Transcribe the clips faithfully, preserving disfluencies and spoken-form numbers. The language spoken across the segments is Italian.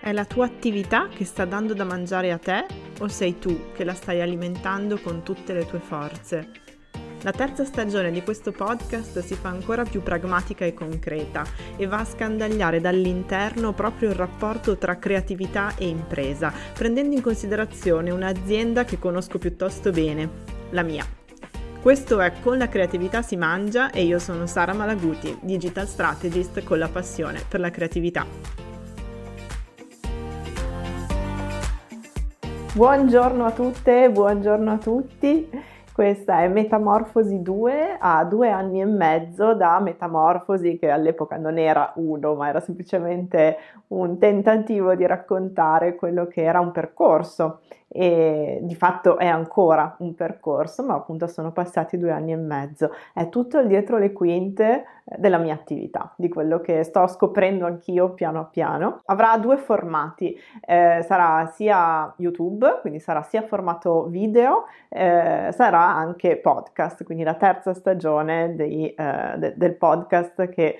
È la tua attività che sta dando da mangiare a te o sei tu che la stai alimentando con tutte le tue forze? La terza stagione di questo podcast si fa ancora più pragmatica e concreta e va a scandagliare dall'interno proprio il rapporto tra creatività e impresa, prendendo in considerazione un'azienda che conosco piuttosto bene, la mia. Questo è Con la creatività si mangia e io sono Sara Malaguti, digital strategist con la passione per la creatività. Buongiorno a tutte, buongiorno a tutti. Questa è Metamorfosi due, a due anni e mezzo da Metamorfosi, che all'epoca non era uno, ma era semplicemente un tentativo di raccontare quello che era un percorso. E di fatto è ancora un percorso, ma appunto sono passati due anni e mezzo. È tutto il dietro le quinte della mia attività, di quello che sto scoprendo anch'io piano piano. Avrà due formati, eh, sarà sia YouTube, quindi sarà sia formato video, eh, sarà anche podcast, quindi la terza stagione dei, eh, de- del podcast che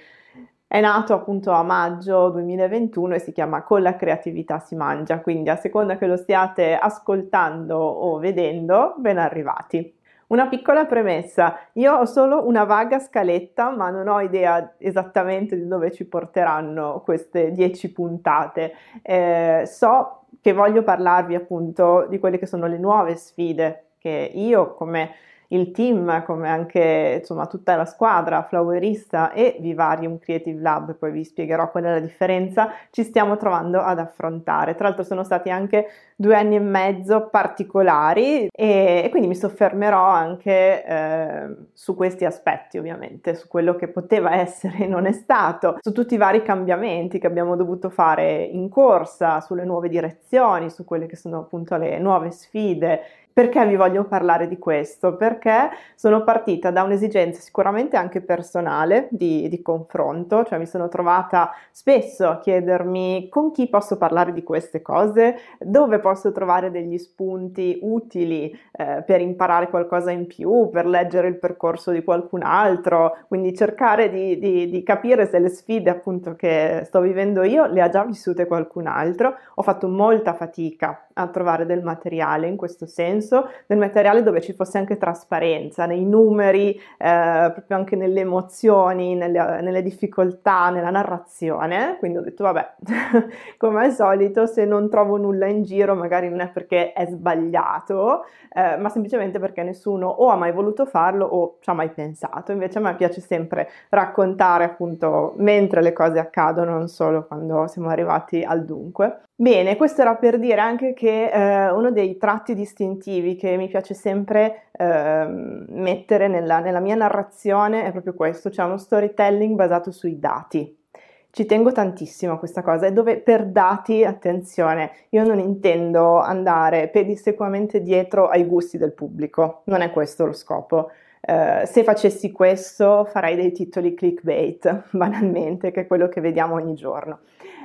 è nato appunto a maggio duemilaventuno e si chiama Con la creatività si mangia, quindi a seconda che lo stiate ascoltando o vedendo, ben arrivati. Una piccola premessa, io ho solo una vaga scaletta, ma non ho idea esattamente di dove ci porteranno queste dieci puntate. Eh, so che voglio parlarvi appunto di quelle che sono le nuove sfide che io come il team, come anche insomma tutta la squadra Flowerista e Vivarium Creative Lab, poi vi spiegherò qual è la differenza, ci stiamo trovando ad affrontare. Tra l'altro sono stati anche due anni e mezzo particolari e, e quindi mi soffermerò anche eh, su questi aspetti, ovviamente, su quello che poteva essere e non è stato, su tutti i vari cambiamenti che abbiamo dovuto fare in corsa, sulle nuove direzioni, su quelle che sono appunto le nuove sfide. Perché vi voglio parlare di questo? Perché sono partita da un'esigenza sicuramente anche personale di, di confronto, cioè mi sono trovata spesso a chiedermi con chi posso parlare di queste cose, dove posso trovare degli spunti utili eh, per imparare qualcosa in più, per leggere il percorso di qualcun altro, quindi cercare di, di, di capire se le sfide appunto che sto vivendo io le ha già vissute qualcun altro. Ho fatto molta fatica a trovare del materiale in questo senso, del materiale dove ci fosse anche trasparenza nei numeri, eh, proprio anche nelle emozioni, nelle, nelle difficoltà, nella narrazione. Quindi ho detto vabbè, come al solito, se non trovo nulla in giro magari non è perché è sbagliato, eh, ma semplicemente perché nessuno o ha mai voluto farlo o ci ha mai pensato. Invece a me piace sempre raccontare appunto mentre le cose accadono, non solo quando siamo arrivati al dunque. Bene, questo era per dire anche che eh, uno dei tratti distintivi che mi piace sempre eh, mettere nella, nella mia narrazione è proprio questo, cioè uno storytelling basato sui dati. Ci tengo tantissimo a questa cosa, e dove per dati, attenzione, io non intendo andare pedissequamente dietro ai gusti del pubblico, non è questo lo scopo. Uh, se facessi questo farei dei titoli clickbait, banalmente, che è quello che vediamo ogni giorno.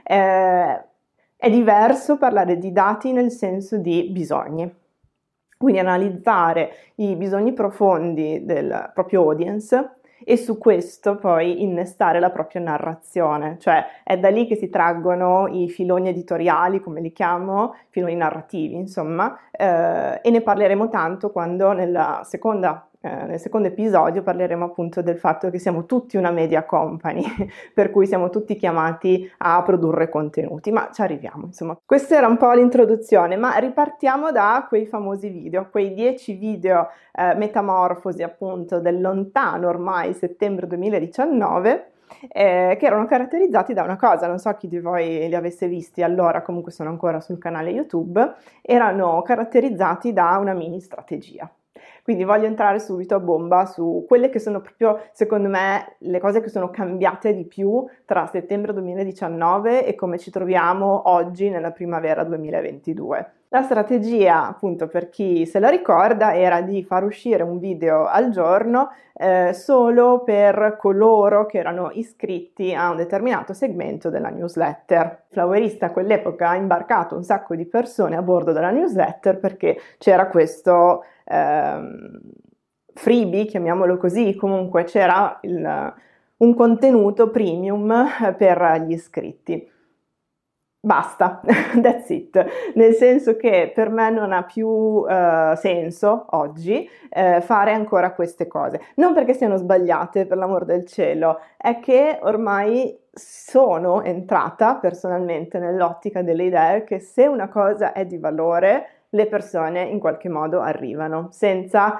Uh, È diverso parlare di dati nel senso di bisogni, quindi analizzare i bisogni profondi del proprio audience e su questo poi innestare la propria narrazione, cioè è da lì che si traggono i filoni editoriali, come li chiamo, filoni narrativi, insomma, eh, e ne parleremo tanto quando nella seconda Eh, nel secondo episodio parleremo appunto del fatto che siamo tutti una media company, per cui siamo tutti chiamati a produrre contenuti, ma ci arriviamo, insomma. Questa era un po' l'introduzione, ma ripartiamo da quei famosi video, quei dieci video eh, metamorfosi appunto del lontano ormai settembre duemiladiciannove, Eh, che erano caratterizzati da una cosa, non so chi di voi li avesse visti allora, comunque sono ancora sul canale YouTube, erano caratterizzati da una mini strategia. Quindi voglio entrare subito a bomba su quelle che sono proprio, secondo me, le cose che sono cambiate di più tra settembre duemiladiciannove e come ci troviamo oggi nella primavera duemilaventidue. La strategia, appunto, per chi se la ricorda, era di far uscire un video al giorno eh, solo per coloro che erano iscritti a un determinato segmento della newsletter. Flowerista a quell'epoca ha imbarcato un sacco di persone a bordo della newsletter perché c'era questo ehm, freebie, chiamiamolo così, comunque c'era il, un contenuto premium per gli iscritti. Basta, that's it, nel senso che per me non ha più uh, senso oggi uh, fare ancora queste cose, non perché siano sbagliate, per l'amor del cielo, è che ormai sono entrata personalmente nell'ottica delle idee che se una cosa è di valore, le persone in qualche modo arrivano, senza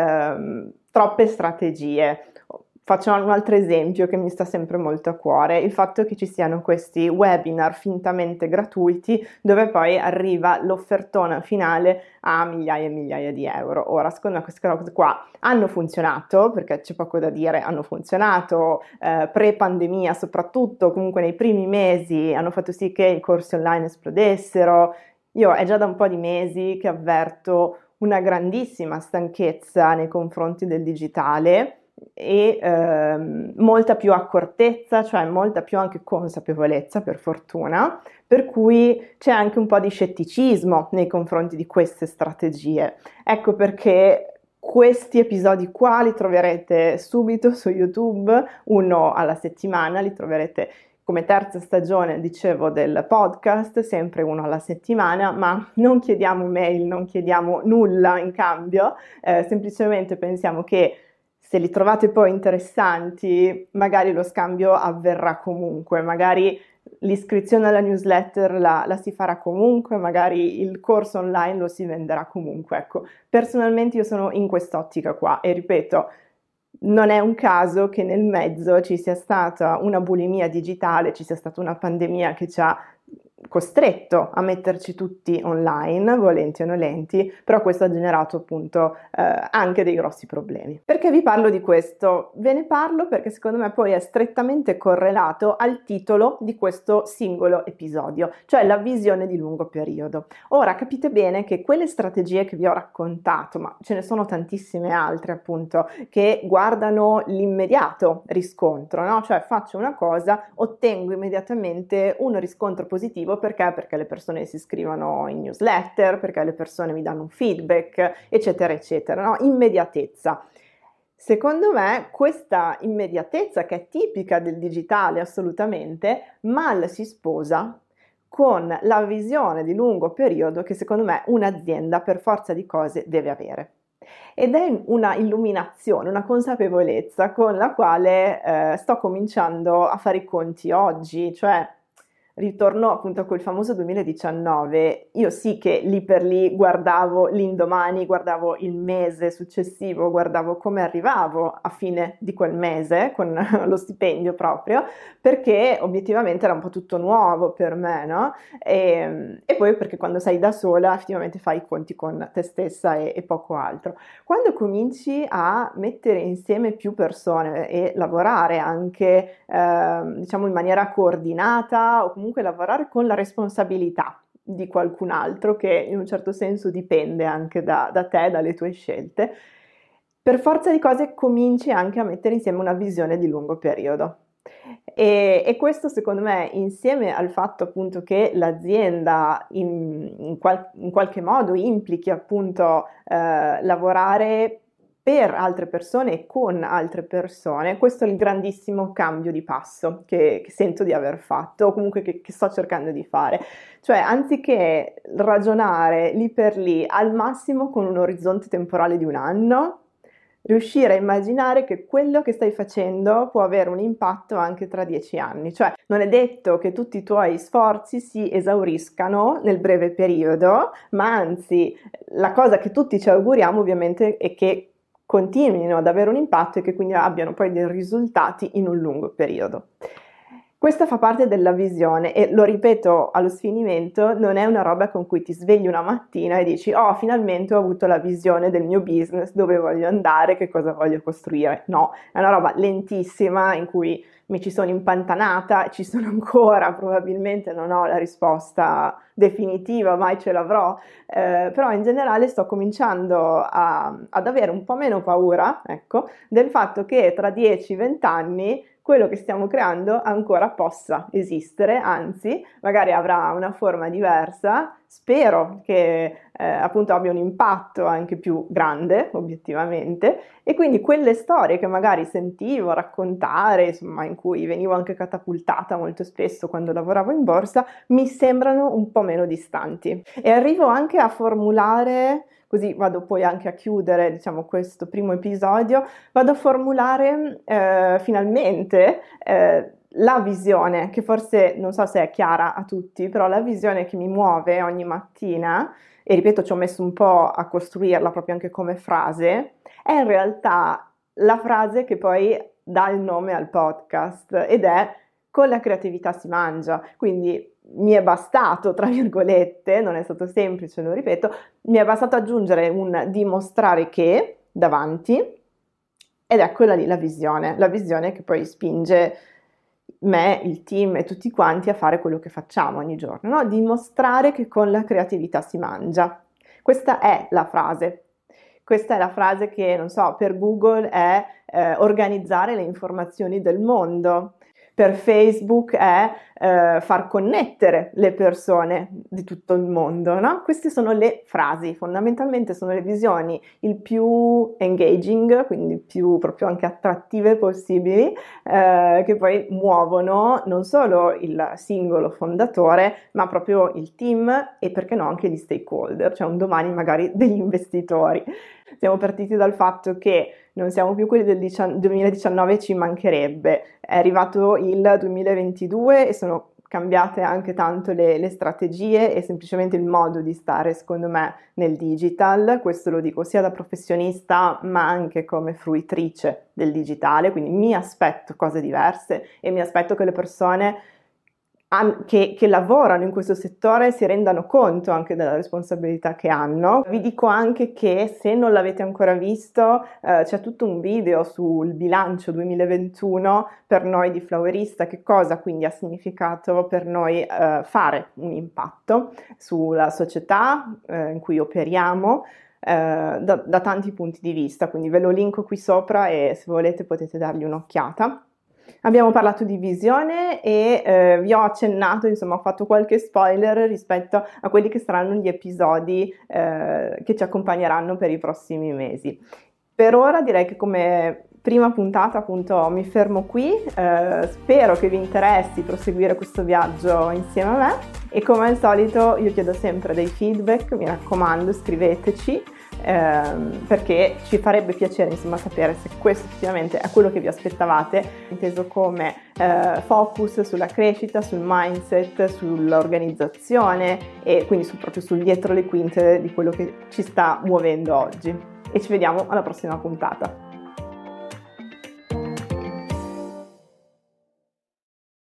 uh, troppe strategie. Faccio un altro esempio che mi sta sempre molto a cuore, il fatto che ci siano questi webinar fintamente gratuiti dove poi arriva l'offertona finale a migliaia e migliaia di euro. Ora, secondo me queste cose qua hanno funzionato, perché c'è poco da dire, hanno funzionato eh, pre-pandemia soprattutto, comunque nei primi mesi hanno fatto sì che i corsi online esplodessero. Io è già da un po' di mesi che avverto una grandissima stanchezza nei confronti del digitale e ehm, molta più accortezza, cioè molta più anche consapevolezza, per fortuna, per cui c'è anche un po' di scetticismo nei confronti di queste strategie. Ecco perché questi episodi qua li troverete subito su YouTube, uno alla settimana, li troverete come terza stagione, dicevo, del podcast, sempre uno alla settimana, ma non chiediamo mail, non chiediamo nulla in cambio, eh, semplicemente pensiamo che se li trovate poi interessanti, magari lo scambio avverrà comunque, magari l'iscrizione alla newsletter la, la si farà comunque, magari il corso online lo si venderà comunque. Ecco, personalmente io sono in quest'ottica qua e ripeto, non è un caso che nel mezzo ci sia stata una bulimia digitale, ci sia stata una pandemia che ci ha costretto a metterci tutti online, volenti o nolenti, però questo ha generato appunto eh, anche dei grossi problemi. Perché vi parlo di questo? Ve ne parlo perché secondo me poi è strettamente correlato al titolo di questo singolo episodio, cioè la visione di lungo periodo. Ora capite bene che quelle strategie che vi ho raccontato, ma ce ne sono tantissime altre appunto, che guardano l'immediato riscontro, no? Cioè faccio una cosa, ottengo immediatamente un riscontro positivo. Perché? Perché le persone si iscrivono in newsletter, perché le persone mi danno un feedback, eccetera, eccetera, no? Immediatezza. Secondo me questa immediatezza, che è tipica del digitale assolutamente, mal si sposa con la visione di lungo periodo che secondo me un'azienda per forza di cose deve avere. Ed è una illuminazione, una consapevolezza con la quale eh, sto cominciando a fare i conti oggi, cioè ritorno appunto a quel famoso duemiladiciannove, io sì che lì per lì guardavo l'indomani, guardavo il mese successivo, guardavo come arrivavo a fine di quel mese con lo stipendio proprio, perché obiettivamente era un po' tutto nuovo per me, no? E, e poi perché quando sei da sola effettivamente fai i conti con te stessa e, e poco altro. Quando cominci a mettere insieme più persone e lavorare anche eh, diciamo in maniera coordinata o comunque lavorare con la responsabilità di qualcun altro che in un certo senso dipende anche da, da te, dalle tue scelte, per forza di cose cominci anche a mettere insieme una visione di lungo periodo. E, e questo secondo me, insieme al fatto appunto che l'azienda in, in, qual, in qualche modo implichi appunto eh, lavorare per altre persone e con altre persone, questo è il grandissimo cambio di passo che, che sento di aver fatto, o comunque che, che sto cercando di fare. Cioè, anziché ragionare lì per lì, al massimo con un orizzonte temporale di un anno, riuscire a immaginare che quello che stai facendo può avere un impatto anche tra dieci anni. Cioè, non è detto che tutti i tuoi sforzi si esauriscano nel breve periodo, ma anzi, la cosa che tutti ci auguriamo ovviamente è che continuino ad avere un impatto e che quindi abbiano poi dei risultati in un lungo periodo. Questa fa parte della visione e lo ripeto allo sfinimento, non è una roba con cui ti svegli una mattina e dici oh finalmente ho avuto la visione del mio business, dove voglio andare, che cosa voglio costruire. No, è una roba lentissima in cui mi ci sono impantanata, ci sono ancora, probabilmente non ho la risposta definitiva, mai ce l'avrò, eh, però in generale sto cominciando a, ad avere un po' meno paura, ecco, del fatto che tra dieci venti anni quello che stiamo creando ancora possa esistere, anzi magari avrà una forma diversa. Spero che eh, appunto abbia un impatto anche più grande, obiettivamente, e quindi quelle storie che magari sentivo raccontare, insomma, in cui venivo anche catapultata molto spesso quando lavoravo in borsa, mi sembrano un po' meno distanti. E arrivo anche a formulare, così vado poi anche a chiudere, diciamo, questo primo episodio, vado a formulare eh, finalmente eh, la visione, che forse non so se è chiara a tutti, però la visione che mi muove ogni mattina, e ripeto ci ho messo un po' a costruirla proprio anche come frase, è in realtà la frase che poi dà il nome al podcast, ed è: con la creatività si mangia. Quindi mi è bastato, tra virgolette, non è stato semplice, lo ripeto, mi è bastato aggiungere un dimostrare che davanti, ed eccola lì la visione, la visione che poi spinge me, il team e tutti quanti a fare quello che facciamo ogni giorno, no? Dimostrare che con la creatività si mangia. Questa è la frase. Questa è la frase che, non so, per Google è eh, organizzare le informazioni del mondo. Per Facebook è eh, far connettere le persone di tutto il mondo, no? Queste sono le frasi, fondamentalmente sono le visioni il più engaging, quindi più proprio anche attrattive possibili, eh, che poi muovono non solo il singolo fondatore, ma proprio il team e, perché no, anche gli stakeholder, cioè un domani magari degli investitori. Siamo partiti dal fatto che non siamo più quelli del duemiladiciannove, ci mancherebbe, è arrivato il duemilaventidue e sono cambiate anche tanto le, le strategie e semplicemente il modo di stare, secondo me, nel digital. Questo lo dico sia da professionista ma anche come fruitrice del digitale, quindi mi aspetto cose diverse e mi aspetto che le persone Che, che lavorano in questo settore si rendano conto anche della responsabilità che hanno. Vi dico anche che, se non l'avete ancora visto, eh, c'è tutto un video sul bilancio duemilaventuno per noi di Flowerista, che cosa quindi ha significato per noi eh, fare un impatto sulla società eh, in cui operiamo, eh, da, da tanti punti di vista, quindi ve lo linko qui sopra e se volete potete dargli un'occhiata. Abbiamo parlato di visione e eh, vi ho accennato, insomma ho fatto qualche spoiler rispetto a quelli che saranno gli episodi eh, che ci accompagneranno per i prossimi mesi. Per ora direi che come prima puntata appunto mi fermo qui, eh, spero che vi interessi proseguire questo viaggio insieme a me e come al solito io chiedo sempre dei feedback, mi raccomando scriveteci. Ehm, perché ci farebbe piacere insomma sapere se questo effettivamente è quello che vi aspettavate, inteso come eh, focus sulla crescita, sul mindset, sull'organizzazione e quindi su, proprio sul dietro le quinte di quello che ci sta muovendo oggi. E ci vediamo alla prossima puntata.